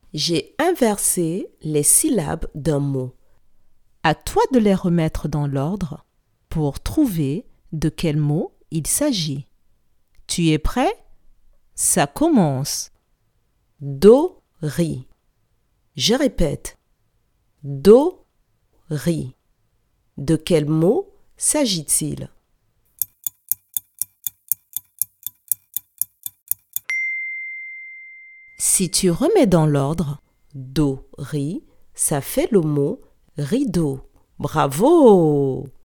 J'ai inversé les syllabes d'un mot. À toi de les remettre dans l'ordre pour trouver de quel mot il s'agit. Tu es prêt? Ça commence. Do-ri. Je répète. Do-ri. De quel mot s'agit-il? Si tu remets dans l'ordre, Do-ri, ça fait le mot rideau. Bravo!